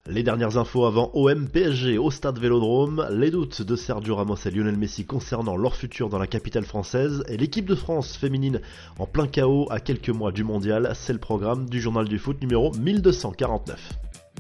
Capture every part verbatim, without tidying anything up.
Les dernières infos avant O M P S G au stade Vélodrome, les doutes de Sergio Ramos et Lionel Messi concernant leur futur dans la capitale française et l'équipe de France féminine en plein chaos à quelques mois du mondial, c'est le programme du journal du foot numéro mille deux cent quarante-neuf.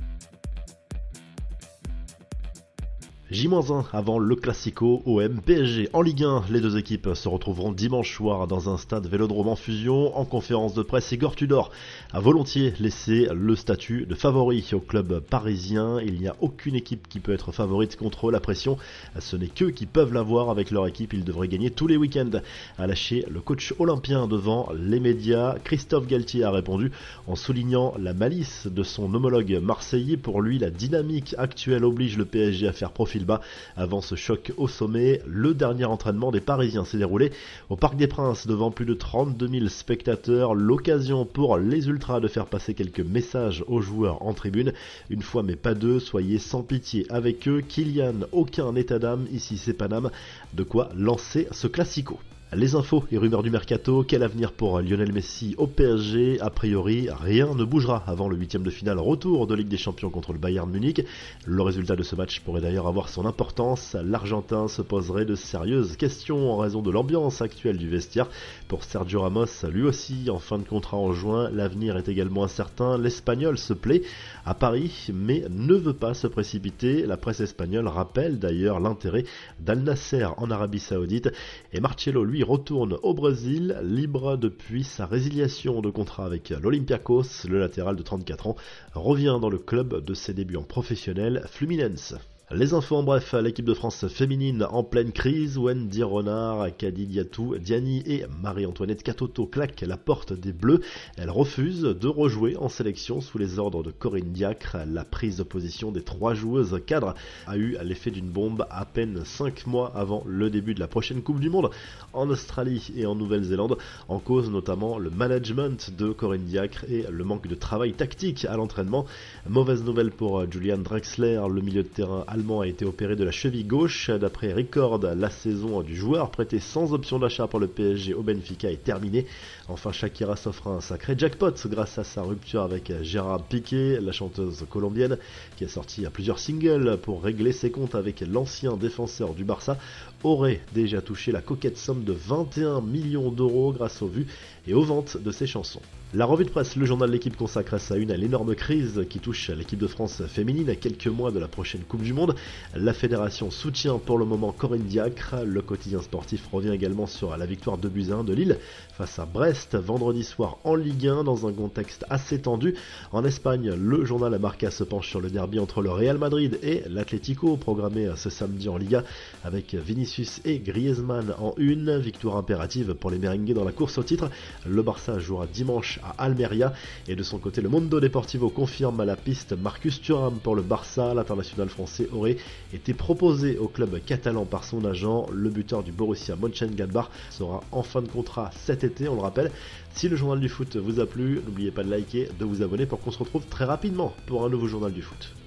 J un avant le Classico O M P S G en Ligue un. Les deux équipes se retrouveront dimanche soir dans un stade Vélodrome en fusion. En conférence de presse, Igor Tudor a volontiers laissé le statut de favori au club parisien. Il n'y a aucune équipe qui peut être favorite contre la pression. Ce n'est qu'eux qui peuvent l'avoir avec leur équipe. Ils devraient gagner tous les week-ends. A lâché le coach olympien devant les médias. Christophe Galtier a répondu en soulignant la malice de son homologue marseillais. Pour lui, la dynamique actuelle oblige le P S G à faire profil bas avant ce choc au sommet. Le dernier entraînement des Parisiens s'est déroulé au Parc des Princes devant plus de trente-deux mille spectateurs. L'occasion pour les Ultras de faire passer quelques messages aux joueurs en tribune. Une fois mais pas deux, soyez sans pitié avec eux. Kylian, aucun état d'âme, ici c'est Paname. De quoi lancer ce classico. Les infos et rumeurs du mercato, quel avenir pour Lionel Messi au P S G? A priori, rien ne bougera avant le huitième de finale retour de Ligue des Champions contre le Bayern Munich. Le résultat de ce match pourrait d'ailleurs avoir son importance. L'Argentin se poserait de sérieuses questions en raison de l'ambiance actuelle du vestiaire. Pour Sergio Ramos, lui aussi en fin de contrat en juin, l'avenir est également incertain. L'Espagnol se plaît à Paris mais ne veut pas se précipiter. La presse espagnole rappelle d'ailleurs l'intérêt d'Al Nasser en Arabie Saoudite et Marcelo lui retourne au Brésil, libre depuis sa résiliation de contrat avec l'Olympiakos. Le latéral de trente-quatre ans revient dans le club de ses débuts en professionnel Fluminense. Les infos en bref, l'équipe de France féminine en pleine crise. Wendy Renard, Kadi Diatou, Diani et Marie-Antoinette Katoto claquent la porte des Bleus. Elles refusent de rejouer en sélection sous les ordres de Corinne Diacre. La prise de position des trois joueuses cadres a eu l'effet d'une bombe à peine cinq mois avant le début de la prochaine Coupe du Monde en Australie et en Nouvelle-Zélande. En cause notamment le management de Corinne Diacre et le manque de travail tactique à l'entraînement. Mauvaise nouvelle pour Julian Drexler, le milieu de terrain allemand a été opéré de la cheville gauche. D'après Record, la saison du joueur prêté sans option d'achat pour le P S G au Benfica est terminée. Enfin, Shakira s'offre un sacré jackpot grâce à sa rupture avec Gerard Piqué, la chanteuse colombienne qui a sorti plusieurs singles pour régler ses comptes avec l'ancien défenseur du Barça, aurait déjà touché la coquette somme de vingt et un millions d'euros grâce aux vues et aux ventes de ses chansons. La revue de presse, le journal de l'équipe consacre à sa une à l'énorme crise qui touche l'équipe de France féminine à quelques mois de la prochaine Coupe du Monde. La fédération soutient pour le moment Corinne Diacre. Le quotidien sportif revient également sur la victoire deux buts à un de Lille face à Brest vendredi soir en Ligue un dans un contexte assez tendu. En Espagne, le journal Marca se penche sur le derby entre le Real Madrid et l'Atlético programmé ce samedi en Liga avec Vinicius et Griezmann en une. Victoire impérative pour les merengues dans la course au titre. Le Barça jouera dimanche à Almeria et de son côté le Mundo Deportivo confirme la piste Marcus Thuram pour le Barça. L'international français aurait été proposé au club catalan par son agent. Le buteur du Borussia Mönchengladbach sera en fin de contrat cet été, on le rappelle. Si le journal du foot vous a plu, n'oubliez pas de liker, de vous abonner pour qu'on se retrouve très rapidement pour un nouveau journal du foot.